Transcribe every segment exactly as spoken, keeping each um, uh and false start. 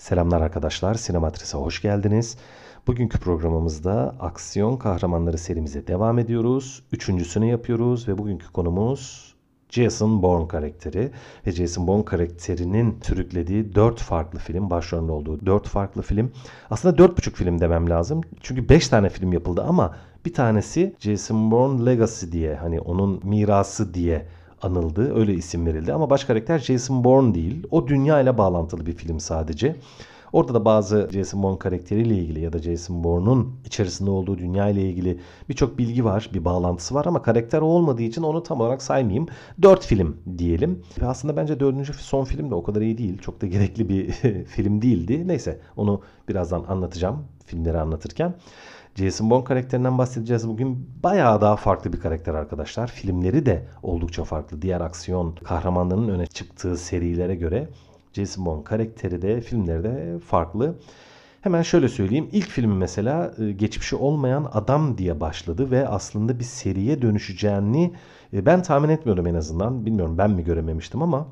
Selamlar arkadaşlar, Sinematris'e hoş geldiniz. Bugünkü programımızda aksiyon kahramanları serimize devam ediyoruz. Üçüncüsünü yapıyoruz ve bugünkü konumuz Jason Bourne karakteri. Ve Jason Bourne karakterinin sürüklediği dört farklı film, başrolünde olduğu dört farklı film. Aslında dört buçuk film demem lazım. Çünkü beş tane film yapıldı ama bir tanesi Jason Bourne Legacy diye, hani onun mirası diye anıldı. Öyle isim verildi ama baş karakter Jason Bourne değil. O dünya ile bağlantılı bir film sadece. Orada da bazı Jason Bourne karakteriyle ilgili ya da Jason Bourne'un içerisinde olduğu dünya ile ilgili birçok bilgi var, bir bağlantısı var ama karakter olmadığı için onu tam olarak saymayayım. Dört film diyelim. Ve aslında bence dördüncü son film de o kadar iyi değil. Çok da gerekli bir film değildi. Neyse, onu birazdan anlatacağım filmleri anlatırken. Jason Bourne karakterinden bahsedeceğiz bugün. Bayağı daha farklı bir karakter arkadaşlar. Filmleri de oldukça farklı. Diğer aksiyon kahramanlarının öne çıktığı serilere göre Jason Bourne karakteri de filmleri de farklı. Hemen şöyle söyleyeyim. İlk filmi mesela geçmişi olmayan adam diye başladı ve aslında bir seriye dönüşeceğini ben tahmin etmiyordum en azından. Bilmiyorum, ben mi görememiştim ama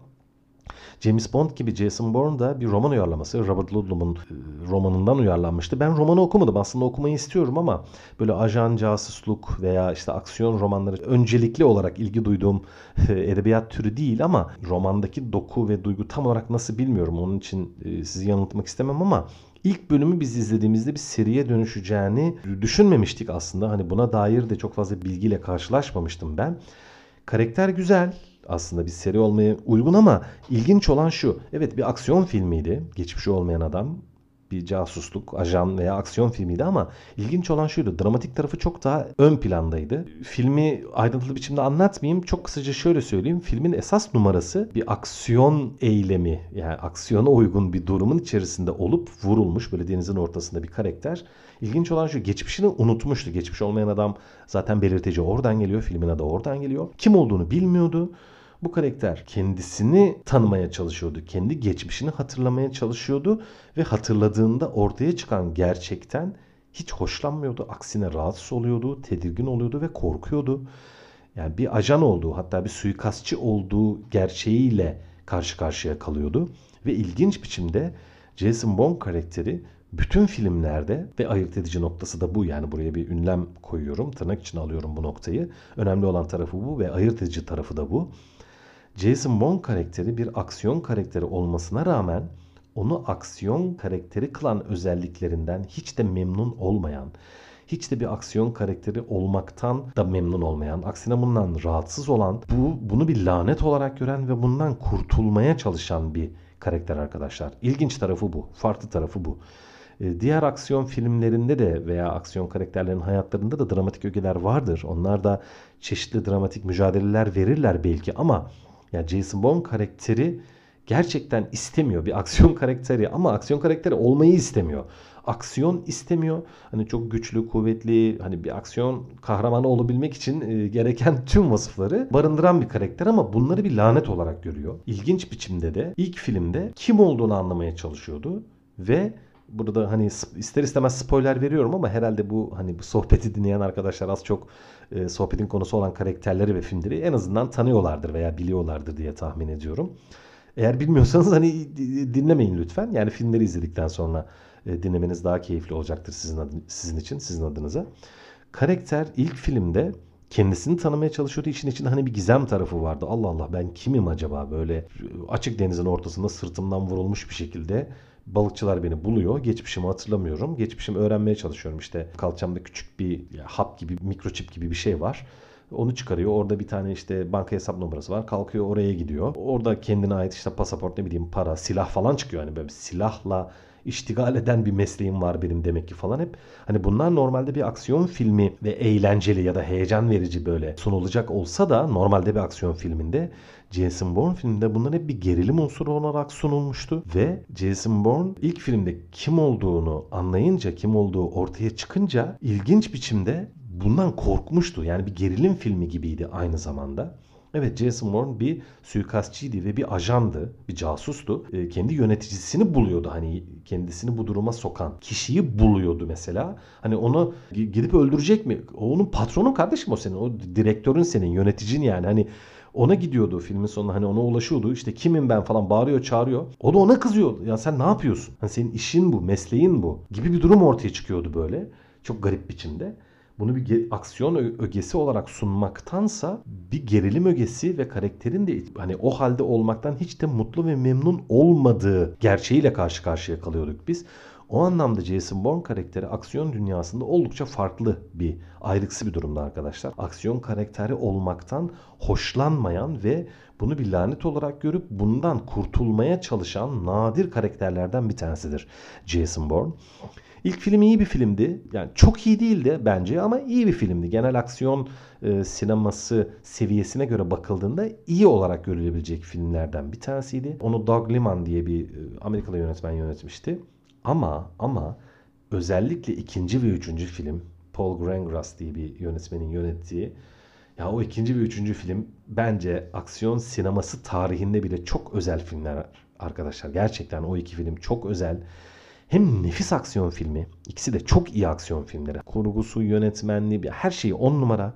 James Bond gibi Jason Bourne da bir roman uyarlaması. Robert Ludlum'un romanından uyarlanmıştı. Ben romanı okumadım. Aslında okumayı istiyorum ama böyle ajan, casusluk veya işte aksiyon romanları öncelikli olarak ilgi duyduğum edebiyat türü değil ama romandaki doku ve duygu tam olarak nasıl bilmiyorum. Onun için sizi yanıltmak istemem ama İlk bölümü biz izlediğimizde bir seriye dönüşeceğini düşünmemiştik aslında. Hani buna dair de çok fazla bilgiyle karşılaşmamıştım ben. Karakter güzel. Aslında bir seri olmaya uygun ama ilginç olan şu. Evet, bir aksiyon filmiydi. Geçmişi olmayan adam. Bir casusluk, ajan veya aksiyon filmiydi ama ilginç olan şuydu. Dramatik tarafı çok daha ön plandaydı. Filmi ayrıntılı biçimde anlatmayayım. Çok kısaca şöyle söyleyeyim. Filmin esas numarası bir aksiyon eylemi. Yani aksiyona uygun bir durumun içerisinde olup vurulmuş böyle denizin ortasında bir karakter. İlginç olan şu, geçmişini unutmuştu. Geçmiş olmayan adam zaten belirteci oradan geliyor. Filmin adı oradan geliyor. Kim olduğunu bilmiyordu. Bu karakter kendisini tanımaya çalışıyordu. Kendi geçmişini hatırlamaya çalışıyordu ve hatırladığında ortaya çıkan gerçekten hiç hoşlanmıyordu. Aksine rahatsız oluyordu, tedirgin oluyordu ve korkuyordu. Yani bir ajan olduğu, hatta bir suikastçı olduğu gerçeğiyle karşı karşıya kalıyordu. Ve ilginç biçimde Jason Bourne karakteri bütün filmlerde, ve ayırt edici noktası da bu, yani buraya bir ünlem koyuyorum, tırnak içine alıyorum bu noktayı. Önemli olan tarafı bu ve ayırt edici tarafı da bu. Jason Bourne karakteri bir aksiyon karakteri olmasına rağmen onu aksiyon karakteri kılan özelliklerinden hiç de memnun olmayan, hiç de bir aksiyon karakteri olmaktan da memnun olmayan, aksine bundan rahatsız olan, bu bunu bir lanet olarak gören ve bundan kurtulmaya çalışan bir karakter arkadaşlar. İlginç tarafı bu, farklı tarafı bu. Diğer aksiyon filmlerinde de veya aksiyon karakterlerin hayatlarında da dramatik ögeler vardır. Onlar da çeşitli dramatik mücadeleler verirler belki ama yani Jason Bourne karakteri gerçekten istemiyor bir aksiyon karakteri ama aksiyon karakteri olmayı istemiyor. Aksiyon istemiyor. Hani çok güçlü, kuvvetli, hani bir aksiyon kahramanı olabilmek için e, gereken tüm vasıfları barındıran bir karakter ama bunları bir lanet olarak görüyor. İlginç biçimde de ilk filmde kim olduğunu anlamaya çalışıyordu ve burada hani ister istemez spoiler veriyorum ama herhalde bu hani bu sohbeti dinleyen arkadaşlar az çok e, sohbetin konusu olan karakterleri ve filmleri en azından tanıyorlardır veya biliyorlardır diye tahmin ediyorum. Eğer bilmiyorsanız hani dinlemeyin lütfen. Yani filmleri izledikten sonra e, dinlemeniz daha keyifli olacaktır sizin adın, sizin için, sizin adınıza. Karakter ilk filmde kendisini tanımaya çalışıyordu. İşin içinde hani bir gizem tarafı vardı. Allah Allah, ben kimim acaba, böyle açık denizin ortasında sırtımdan vurulmuş bir şekilde balıkçılar beni buluyor. Geçmişimi hatırlamıyorum. Geçmişimi öğrenmeye çalışıyorum. İşte kalçamda küçük bir ya, hap gibi, mikroçip gibi bir şey var. Onu çıkarıyor. Orada bir tane işte banka hesap numarası var. Kalkıyor oraya gidiyor. Orada kendine ait işte pasaport, ne bileyim, para, silah falan çıkıyor. Hani böyle silahla iştigal eden bir mesleğim var benim demek ki falan hep. Hani bunlar normalde bir aksiyon filmi ve eğlenceli ya da heyecan verici böyle sunulacak olsa da normalde bir aksiyon filminde, Jason Bourne filminde bunlar hep bir gerilim unsuru olarak sunulmuştu ve Jason Bourne ilk filmde kim olduğunu anlayınca, kim olduğu ortaya çıkınca ilginç biçimde bundan korkmuştu. Yani bir gerilim filmi gibiydi aynı zamanda. Evet, Jason Bourne bir suikastçıydı ve bir ajandı, bir casustu. E, kendi yöneticisini buluyordu, hani kendisini bu duruma sokan kişiyi buluyordu mesela. Hani onu gidip öldürecek mi? O onun patronun kardeşim, o senin, o direktörün senin, yöneticin yani. Hani Ona gidiyordu filmin sonunda, hani ona ulaşıyordu. İşte kimim ben falan bağırıyor çağırıyor. O da ona kızıyor. Ya sen ne yapıyorsun? Hani senin işin bu, mesleğin bu gibi bir durum ortaya çıkıyordu böyle. Çok garip biçimde. Bunu bir ge- aksiyon ögesi olarak sunmaktansa bir gerilim ögesi ve karakterin de hani o halde olmaktan hiç de mutlu ve memnun olmadığı gerçeğiyle karşı karşıya kalıyorduk biz. O anlamda Jason Bourne karakteri aksiyon dünyasında oldukça farklı bir, ayrıksı bir durumda arkadaşlar. Aksiyon karakteri olmaktan hoşlanmayan ve bunu bir lanet olarak görüp bundan kurtulmaya çalışan nadir karakterlerden bir tanesidir Jason Bourne. İlk film iyi bir filmdi. Yani çok iyi değildi bence ama iyi bir filmdi. Genel aksiyon e, sineması seviyesine göre bakıldığında iyi olarak görülebilecek filmlerden bir tanesiydi. Onu Doug Liman diye bir e, Amerikalı yönetmen yönetmişti. Ama ama özellikle ikinci ve üçüncü film, Paul Greengrass diye bir yönetmenin yönettiği, ya o ikinci ve üçüncü film bence aksiyon sineması tarihinde bile çok özel filmler arkadaşlar. Gerçekten o iki film çok özel. Hem nefis aksiyon filmi. İkisi de çok iyi aksiyon filmleri. Kurgusu, yönetmenliği, her şeyi on numara.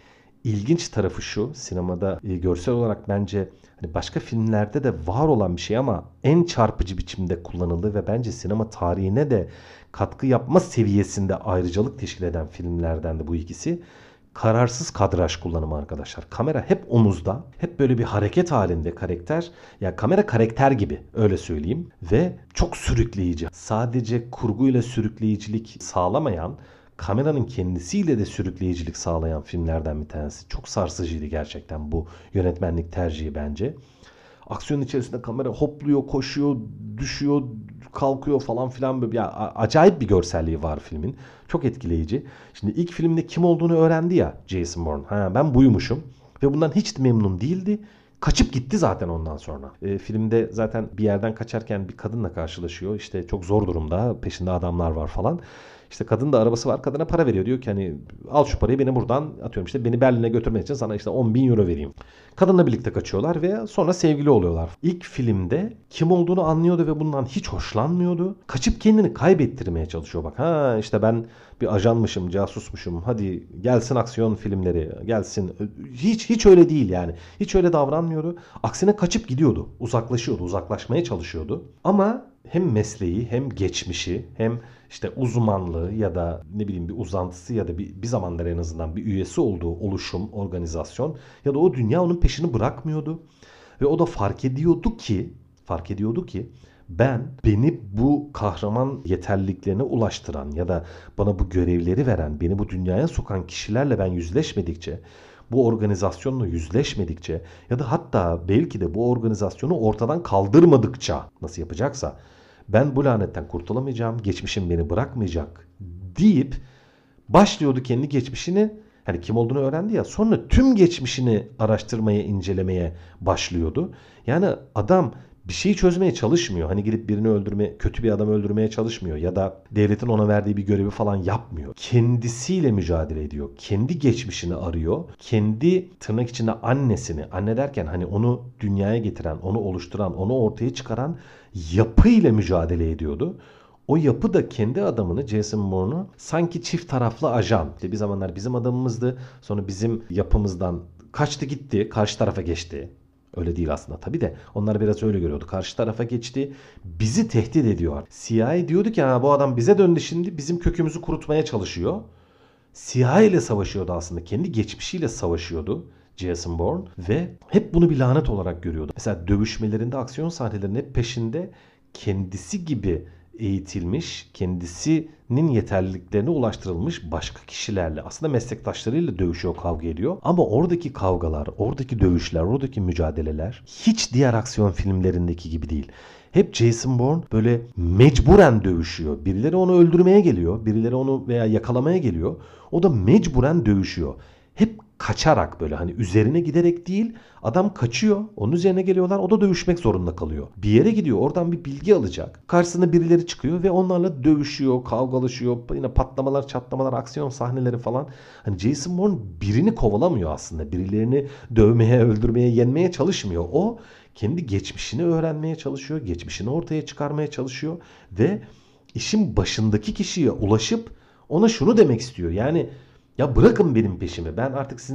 İlginç tarafı şu, sinemada e, görsel olarak bence hani başka filmlerde de var olan bir şey ama en çarpıcı biçimde kullanıldığı ve bence sinema tarihine de katkı yapma seviyesinde ayrıcalık teşkil eden filmlerden de bu ikisi. Kararsız kadraj kullanımı arkadaşlar. Kamera hep omuzda. Hep böyle bir hareket halinde karakter. Ya kamera karakter gibi, öyle söyleyeyim. Ve çok sürükleyici. Sadece kurguyla sürükleyicilik sağlamayan, kameranın kendisiyle de sürükleyicilik sağlayan filmlerden bir tanesi. Çok sarsıcıydı gerçekten bu yönetmenlik tercihi bence. Aksiyonun içerisinde kamera hopluyor, koşuyor, düşüyor, kalkıyor falan filan, böyle ya acayip bir görselliği var filmin. Çok etkileyici. Şimdi ilk filmde kim olduğunu öğrendi ya Jason Bourne. Ha, ben buymuşum ve bundan hiç de memnun değildi. Kaçıp gitti zaten ondan sonra. E, filmde zaten bir yerden kaçarken bir kadınla karşılaşıyor. İşte çok zor durumda, peşinde adamlar var falan. İşte kadın da arabası var. Kadına para veriyor. Diyor ki hani al şu parayı, beni buradan, atıyorum işte beni Berlin'e götürmek için sana işte on bin euro vereyim. Kadınla birlikte kaçıyorlar ve sonra sevgili oluyorlar. İlk filmde kim olduğunu anlıyordu ve bundan hiç hoşlanmıyordu. Kaçıp kendini kaybettirmeye çalışıyor. Bak ha işte ben bir ajanmışım, casusmuşum. Hadi gelsin aksiyon filmleri, gelsin. Hiç hiç öyle değil yani. Hiç öyle davranmıyordu. Aksine kaçıp gidiyordu. Uzaklaşıyordu, uzaklaşmaya çalışıyordu. Ama hem mesleği hem geçmişi hem işte uzmanlığı ya da ne bileyim bir uzantısı ya da bir, bir zamanlar en azından bir üyesi olduğu oluşum, organizasyon ya da o dünya onun peşini bırakmıyordu. Ve o da fark ediyordu ki, fark ediyordu ki ben beni bu kahraman yeterliliklerine ulaştıran ya da bana bu görevleri veren, beni bu dünyaya sokan kişilerle ben yüzleşmedikçe, bu organizasyonla yüzleşmedikçe ya da hatta belki de bu organizasyonu ortadan kaldırmadıkça, nasıl yapacaksa, ben bu lanetten kurtulamayacağım, geçmişim beni bırakmayacak deyip başlıyordu kendi geçmişini, hani kim olduğunu öğrendi ya, sonra tüm geçmişini araştırmaya, incelemeye başlıyordu. Yani adam bir şeyi çözmeye çalışmıyor. Hani gidip birini öldürme, kötü bir adam öldürmeye çalışmıyor ya da devletin ona verdiği bir görevi falan yapmıyor. Kendisiyle mücadele ediyor. Kendi geçmişini arıyor. Kendi tırnak içinde annesini, anne derken hani onu dünyaya getiren, onu oluşturan, onu ortaya çıkaran yapıyla mücadele ediyordu. O yapı da kendi adamını, Jason Bourne'u sanki çift taraflı ajan. İşte bir zamanlar bizim adamımızdı. Sonra bizim yapımızdan kaçtı gitti, karşı tarafa geçti. Öyle değil aslında tabii de onlar biraz öyle görüyordu. Karşı tarafa geçti. Bizi tehdit ediyor. C I A diyordu ki ha, bu adam bize döndü, şimdi bizim kökümüzü kurutmaya çalışıyor. C I A ile savaşıyordu aslında. Kendi geçmişiyle savaşıyordu Jason Bourne ve hep bunu bir lanet olarak görüyordu. Mesela dövüşmelerinde, aksiyon sahnelerinin hep peşinde kendisi gibi eğitilmiş, kendisinin yeterliliklerine ulaştırılmış başka kişilerle, aslında meslektaşlarıyla dövüşüyor, kavga ediyor. Ama oradaki kavgalar, oradaki dövüşler, oradaki mücadeleler hiç diğer aksiyon filmlerindeki gibi değil. Hep Jason Bourne böyle mecburen dövüşüyor. Birileri onu öldürmeye geliyor, birileri onu veya yakalamaya geliyor. O da mecburen dövüşüyor. Hep kaçarak, böyle hani üzerine giderek değil, adam kaçıyor, onun üzerine geliyorlar, o da dövüşmek zorunda kalıyor. Bir yere gidiyor, oradan bir bilgi alacak. Karşısına birileri çıkıyor ve onlarla dövüşüyor, kavgalaşıyor. Yine patlamalar, çatlamalar, aksiyon sahneleri falan. Hani Jason Bourne birini kovalamıyor aslında. Birilerini dövmeye, öldürmeye, yenmeye çalışmıyor. O kendi geçmişini öğrenmeye çalışıyor, geçmişini ortaya çıkarmaya çalışıyor ve işin başındaki kişiye ulaşıp ona şunu demek istiyor. Yani ya bırakın benim peşimi. Ben artık sizin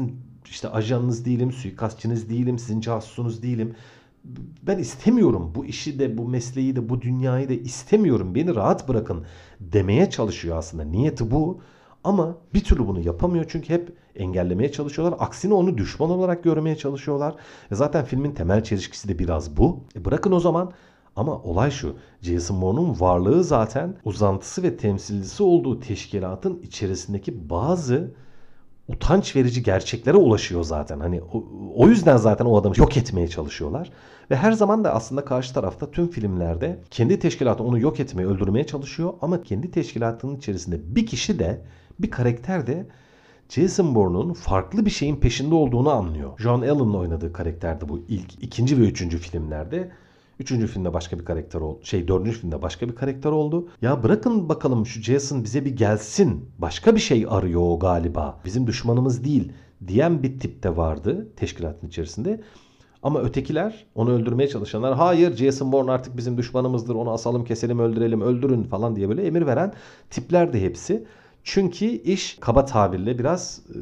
işte ajanınız değilim, suikastçınız değilim, sizin casusunuz değilim. Ben istemiyorum bu işi de, bu mesleği de, bu dünyayı da istemiyorum. Beni rahat bırakın demeye çalışıyor aslında. Niyeti bu. Ama bir türlü bunu yapamıyor çünkü hep engellemeye çalışıyorlar. Aksine onu düşman olarak görmeye çalışıyorlar. E zaten filmin temel çelişkisi de biraz bu. E bırakın o zaman. Ama olay şu. Jason Bourne'un varlığı zaten uzantısı ve temsilcisi olduğu teşkilatın içerisindeki bazı utanç verici gerçeklere ulaşıyor zaten. Hani o, o yüzden zaten o adamı yok etmeye çalışıyorlar. Ve her zaman da aslında karşı tarafta tüm filmlerde kendi teşkilatı onu yok etmeye, öldürmeye çalışıyor. Ama kendi teşkilatının içerisinde bir kişi de, bir karakter de Jason Bourne'un farklı bir şeyin peşinde olduğunu anlıyor. John Allen'ın oynadığı karakterdi bu ilk, ikinci ve üçüncü filmlerde. Üçüncü filmde başka bir karakter oldu. Şey dördüncü filmde başka bir karakter oldu. Ya bırakın bakalım şu Jason bize bir gelsin. Başka bir şey arıyor o galiba. Bizim düşmanımız değil diyen bir tip de vardı teşkilatın içerisinde. Ama ötekiler, onu öldürmeye çalışanlar, hayır Jason Bourne artık bizim düşmanımızdır, onu asalım, keselim, öldürelim, öldürün falan diye böyle emir veren tipler de hepsi. Çünkü iş kaba tabirle biraz e,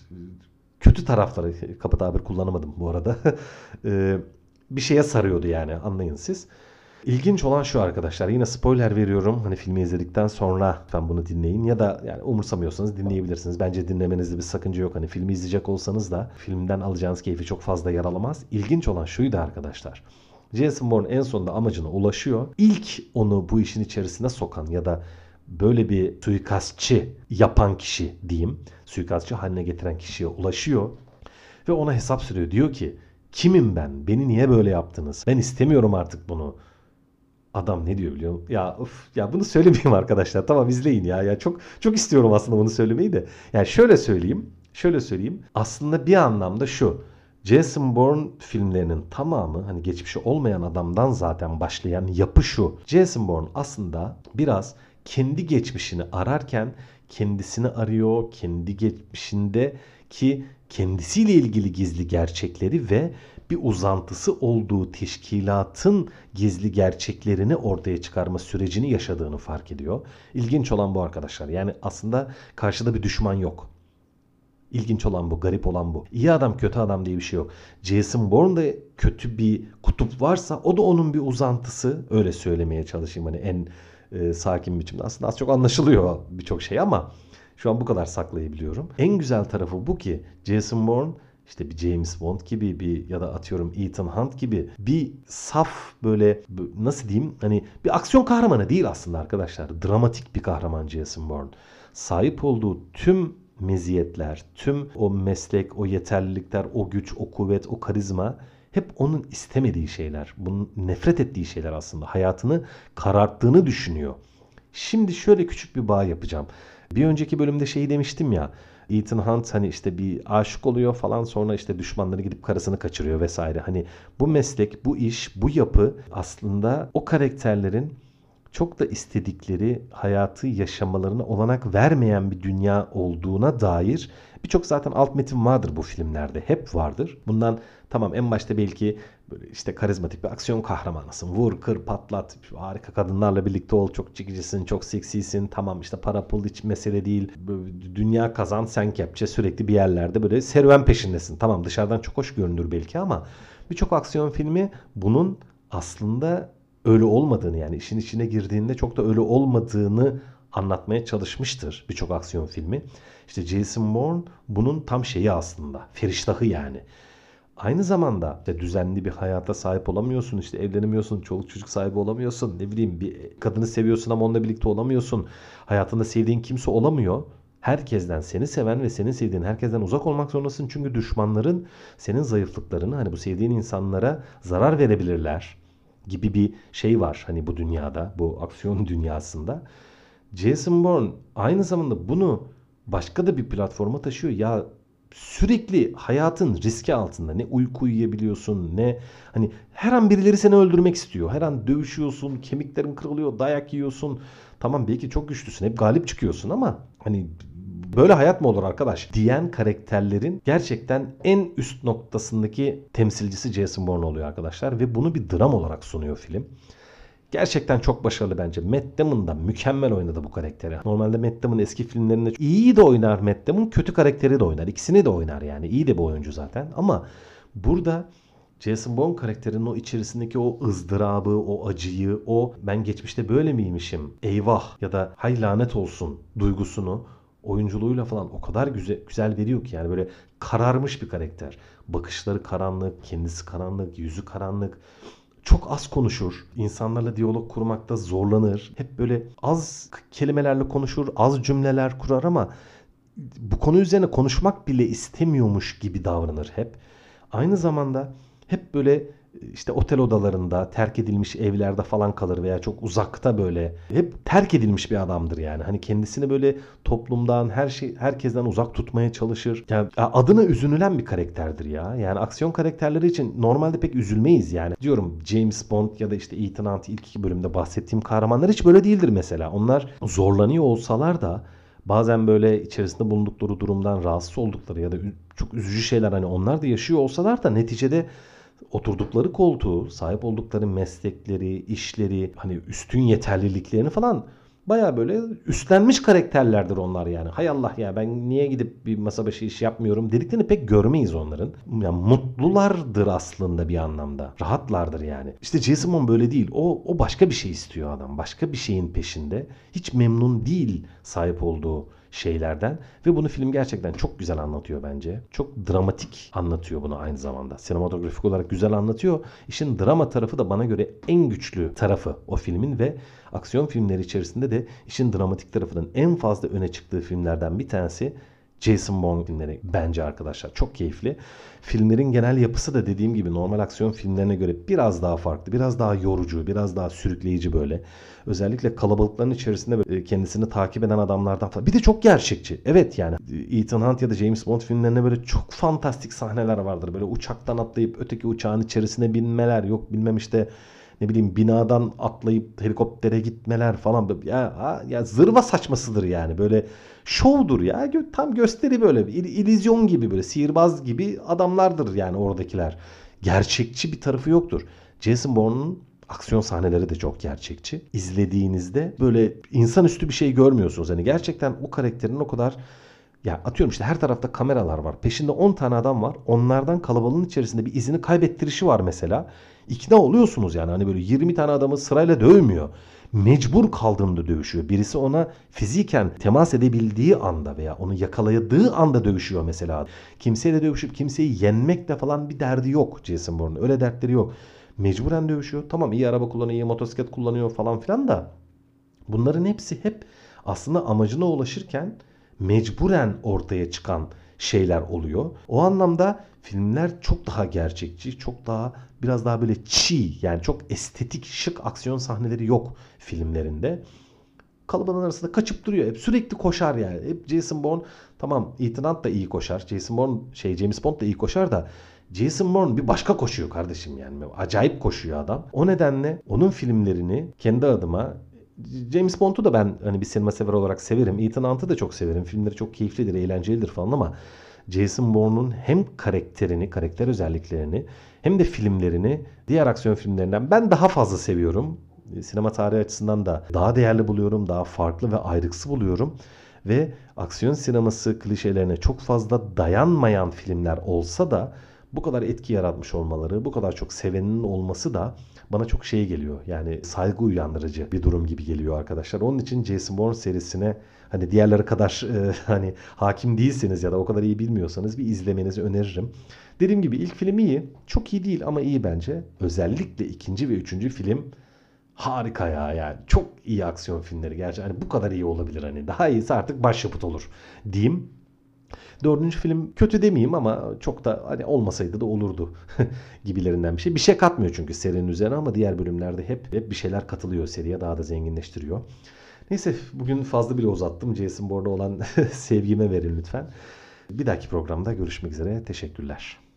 kötü tarafları, kaba tabir kullanamadım bu arada. e, bir şeye sarıyordu yani, anlayın siz. İlginç olan şu arkadaşlar, yine spoiler veriyorum. Hani filmi izledikten sonra lütfen bunu dinleyin ya da yani umursamıyorsanız dinleyebilirsiniz. Bence dinlemenizde bir sakınca yok. Hani filmi izleyecek olsanız da filmden alacağınız keyfi çok fazla yer alamaz. İlginç olan şuydu arkadaşlar. Jason Bourne en sonunda amacına ulaşıyor. İlk onu bu işin içerisine sokan ya da böyle bir suikastçı yapan kişi diyeyim, suikastçı haline getiren kişiye ulaşıyor ve ona hesap soruyor. Diyor ki, kimim ben? Beni niye böyle yaptınız? Ben istemiyorum artık bunu. Adam ne diyor biliyor musun? Ya of, ya bunu söylemeyeyim arkadaşlar. Tamam izleyin ya. Ya çok çok istiyorum aslında bunu söylemeyi de. Yani şöyle söyleyeyim. Şöyle söyleyeyim. Aslında bir anlamda şu. Jason Bourne filmlerinin tamamı hani geçmişi olmayan adamdan zaten başlayan yapı şu. Jason Bourne aslında biraz kendi geçmişini ararken kendisini arıyor. Kendi geçmişindeki kendisiyle ilgili gizli gerçekleri ve bir uzantısı olduğu teşkilatın gizli gerçeklerini ortaya çıkarma sürecini yaşadığını fark ediyor. İlginç olan bu arkadaşlar. Yani aslında karşıda bir düşman yok. İlginç olan bu, garip olan bu. İyi adam, kötü adam diye bir şey yok. Jason Bourne'da kötü bir kutup varsa o da onun bir uzantısı. Öyle söylemeye çalışayım hani en e, sakin biçimde. Aslında az çok anlaşılıyor birçok şey ama şu an bu kadar saklayabiliyorum. En güzel tarafı bu ki Jason Bourne işte bir James Bond gibi bir ya da atıyorum Ethan Hunt gibi bir saf böyle nasıl diyeyim hani bir aksiyon kahramanı değil aslında arkadaşlar. Dramatik bir kahraman Jason Bourne. Sahip olduğu tüm meziyetler, tüm o meslek, o yeterlilikler, o güç, o kuvvet, o karizma hep onun istemediği şeyler. Bunun nefret ettiği şeyler aslında. Hayatını kararttığını düşünüyor. Şimdi şöyle küçük bir bağ yapacağım. Bir önceki bölümde şeyi demiştim ya. Ethan Hunt hani işte bir aşık oluyor falan sonra işte düşmanları gidip karısını kaçırıyor vesaire. Hani bu meslek, bu iş, bu yapı aslında o karakterlerin çok da istedikleri hayatı yaşamalarına olanak vermeyen bir dünya olduğuna dair birçok zaten alt metin vardır bu filmlerde. Hep vardır. Bundan tamam en başta belki böyle işte karizmatik bir aksiyon kahramanısın. Vur, kır, patlat. Harika kadınlarla birlikte ol. Çok çekicisin, çok seksisin. Tamam işte para pul hiç mesele değil. Böyle dünya kazan, sen kepçe sürekli bir yerlerde böyle serüven peşindesin. Tamam dışarıdan çok hoş görünür belki ama birçok aksiyon filmi bunun aslında öyle olmadığını yani işin içine girdiğinde çok da öyle olmadığını anlatmaya çalışmıştır birçok aksiyon filmi. İşte Jason Bourne bunun tam şeyi aslında. Feriştahı yani. Aynı zamanda işte düzenli bir hayata sahip olamıyorsun, işte evlenemiyorsun, çoluk çocuk sahibi olamıyorsun, ne bileyim bir kadını seviyorsun ama onunla birlikte olamıyorsun. Hayatında sevdiğin kimse olamıyor. Herkesten seni seven ve senin sevdiğin herkesten uzak olmak zorundasın. Çünkü düşmanların senin zayıflıklarını hani bu sevdiğin insanlara zarar verebilirler gibi bir şey var hani bu dünyada, bu aksiyon dünyasında. Jason Bourne aynı zamanda bunu başka da bir platforma taşıyor. Ya sürekli hayatın riski altında. Ne uyku uyuyabiliyorsun ne hani her an birileri seni öldürmek istiyor. Her an dövüşüyorsun, kemiklerin kırılıyor, dayak yiyorsun. Tamam belki çok güçlüsün, hep galip çıkıyorsun ama hani böyle hayat mı olur arkadaş diyen karakterlerin gerçekten en üst noktasındaki temsilcisi Jason Bourne oluyor arkadaşlar ve bunu bir dram olarak sunuyor film. Gerçekten çok başarılı bence. Matt Damon da mükemmel oynadı bu karakteri. Normalde Matt Damon eski filmlerinde iyi de oynar Matt Damon, kötü karakteri de oynar. İkisini de oynar yani. İyi de bir oyuncu zaten. Ama burada Jason Bourne karakterinin o içerisindeki o ızdırabı, o acıyı, o ben geçmişte böyle miymişim, eyvah ya da hay lanet olsun duygusunu oyunculuğuyla falan o kadar güzel, güzel veriyor ki yani böyle kararmış bir karakter. Bakışları karanlık, kendisi karanlık, yüzü karanlık. Çok az konuşur. İnsanlarla diyalog kurmakta zorlanır. Hep böyle az kelimelerle konuşur, az cümleler kurar ama bu konu üzerine konuşmak bile istemiyormuş gibi davranır hep. Aynı zamanda hep böyle işte otel odalarında, terk edilmiş evlerde falan kalır veya çok uzakta böyle. Hep terk edilmiş bir adamdır yani. Hani kendisini böyle toplumdan, her şey, herkesten uzak tutmaya çalışır. Yani adına üzünülen bir karakterdir ya. Yani aksiyon karakterleri için normalde pek üzülmeyiz yani. Diyorum James Bond ya da işte Ethan Hunt ilk iki bölümde bahsettiğim kahramanlar hiç böyle değildir mesela. Onlar zorlanıyor olsalar da bazen böyle içerisinde bulundukları durumdan rahatsız oldukları ya da çok üzücü şeyler hani onlar da yaşıyor olsalar da neticede oturdukları koltuğu, sahip oldukları meslekleri, işleri, hani üstün yeterliliklerini falan baya böyle üstlenmiş karakterlerdir onlar yani. Hay Allah ya ben niye gidip bir masa başı iş yapmıyorum dediklerini pek görmeyiz onların. Yani mutlulardır aslında bir anlamda. Rahatlardır yani. İşte Jason Bourne böyle değil. O, o başka bir şey istiyor adam. Başka bir şeyin peşinde. Hiç memnun değil sahip olduğu şeylerden ve bunu film gerçekten çok güzel anlatıyor bence. Çok dramatik anlatıyor bunu aynı zamanda. Sinematografik olarak güzel anlatıyor. İşin drama tarafı da bana göre en güçlü tarafı o filmin ve aksiyon filmleri içerisinde de işin dramatik tarafının en fazla öne çıktığı filmlerden bir tanesi Jason Bourne filmleri bence arkadaşlar. Çok keyifli. Filmlerin genel yapısı da dediğim gibi normal aksiyon filmlerine göre biraz daha farklı, biraz daha yorucu, biraz daha sürükleyici böyle. Özellikle kalabalıkların içerisinde kendisini takip eden adamlardan falan. Bir de çok gerçekçi. Evet yani Ethan Hunt ya da James Bond filmlerinde böyle çok fantastik sahneler vardır. Böyle uçaktan atlayıp öteki uçağın içerisine binmeler, yok bilmem işte ne bileyim binadan atlayıp helikoptere gitmeler falan. Ya, ya zırva saçmasıdır yani. Böyle şovdur ya. Tam gösteri böyle. İllüzyon gibi böyle sihirbaz gibi adamlardır yani oradakiler. Gerçekçi bir tarafı yoktur. Jason Bourne'un aksiyon sahneleri de çok gerçekçi. İzlediğinizde böyle insanüstü bir şey görmüyorsunuz. Yani gerçekten o karakterin o kadar ya atıyorum işte her tarafta kameralar var. Peşinde on tane adam var. Onlardan kalabalığın içerisinde bir izini kaybettirişi var mesela. İkna oluyorsunuz yani. Hani böyle yirmi tane adamı sırayla dövmüyor. Mecbur kaldığında dövüşüyor. Birisi ona fiziken temas edebildiği anda veya onu yakaladığı anda dövüşüyor mesela. Kimseyle dövüşüp kimseyi yenmekle falan bir derdi yok Jason Bourne'un. Öyle dertleri yok. Mecburen dövüşüyor. Tamam iyi araba kullanıyor, iyi motosiklet kullanıyor falan filan da bunların hepsi hep aslında amacına ulaşırken mecburen ortaya çıkan şeyler oluyor. O anlamda filmler çok daha gerçekçi, çok daha biraz daha böyle çiğ yani çok estetik, şık aksiyon sahneleri yok filmlerinde. Kalabalığın arasında kaçıp duruyor. Hep sürekli koşar yani. Hep Jason Bourne tamam Ethan Hunt da iyi koşar. Jason Bourne şey James Bond da iyi koşar da Jason Bourne bir başka koşuyor kardeşim yani. Acayip koşuyor adam. O nedenle onun filmlerini kendi adıma James Bond'u da ben hani bir sinema sever olarak severim. Ethan Hunt'ı da çok severim. Filmleri çok keyiflidir, eğlencelidir falan ama Jason Bourne'un hem karakterini, karakter özelliklerini hem de filmlerini diğer aksiyon filmlerinden ben daha fazla seviyorum. Sinema tarihi açısından da daha değerli buluyorum, daha farklı ve ayrıksı buluyorum. Ve aksiyon sineması klişelerine çok fazla dayanmayan filmler olsa da bu kadar etki yaratmış olmaları, bu kadar çok seveninin olması da bana çok şey geliyor. Yani saygı uyandırıcı bir durum gibi geliyor arkadaşlar. Onun için Jason Bourne serisine hani diğerleri kadar e, hani hakim değilseniz ya da o kadar iyi bilmiyorsanız bir izlemenizi öneririm. Dediğim gibi ilk film iyi. Çok iyi değil ama iyi bence. Özellikle ikinci ve üçüncü film harika ya yani. Çok iyi aksiyon filmleri. Gerçi hani bu kadar iyi olabilir hani. Daha iyisi artık başyapıt olur diyeyim. Dördüncü film kötü demeyeyim ama çok da hani olmasaydı da olurdu gibilerinden bir şey. Bir şey katmıyor çünkü serinin üzerine ama diğer bölümlerde hep hep bir şeyler katılıyor seriye daha da zenginleştiriyor. Neyse bugün fazla bile uzattım. Jason Bourne'a olan sevgime verin lütfen. Bir dahaki programda görüşmek üzere. Teşekkürler.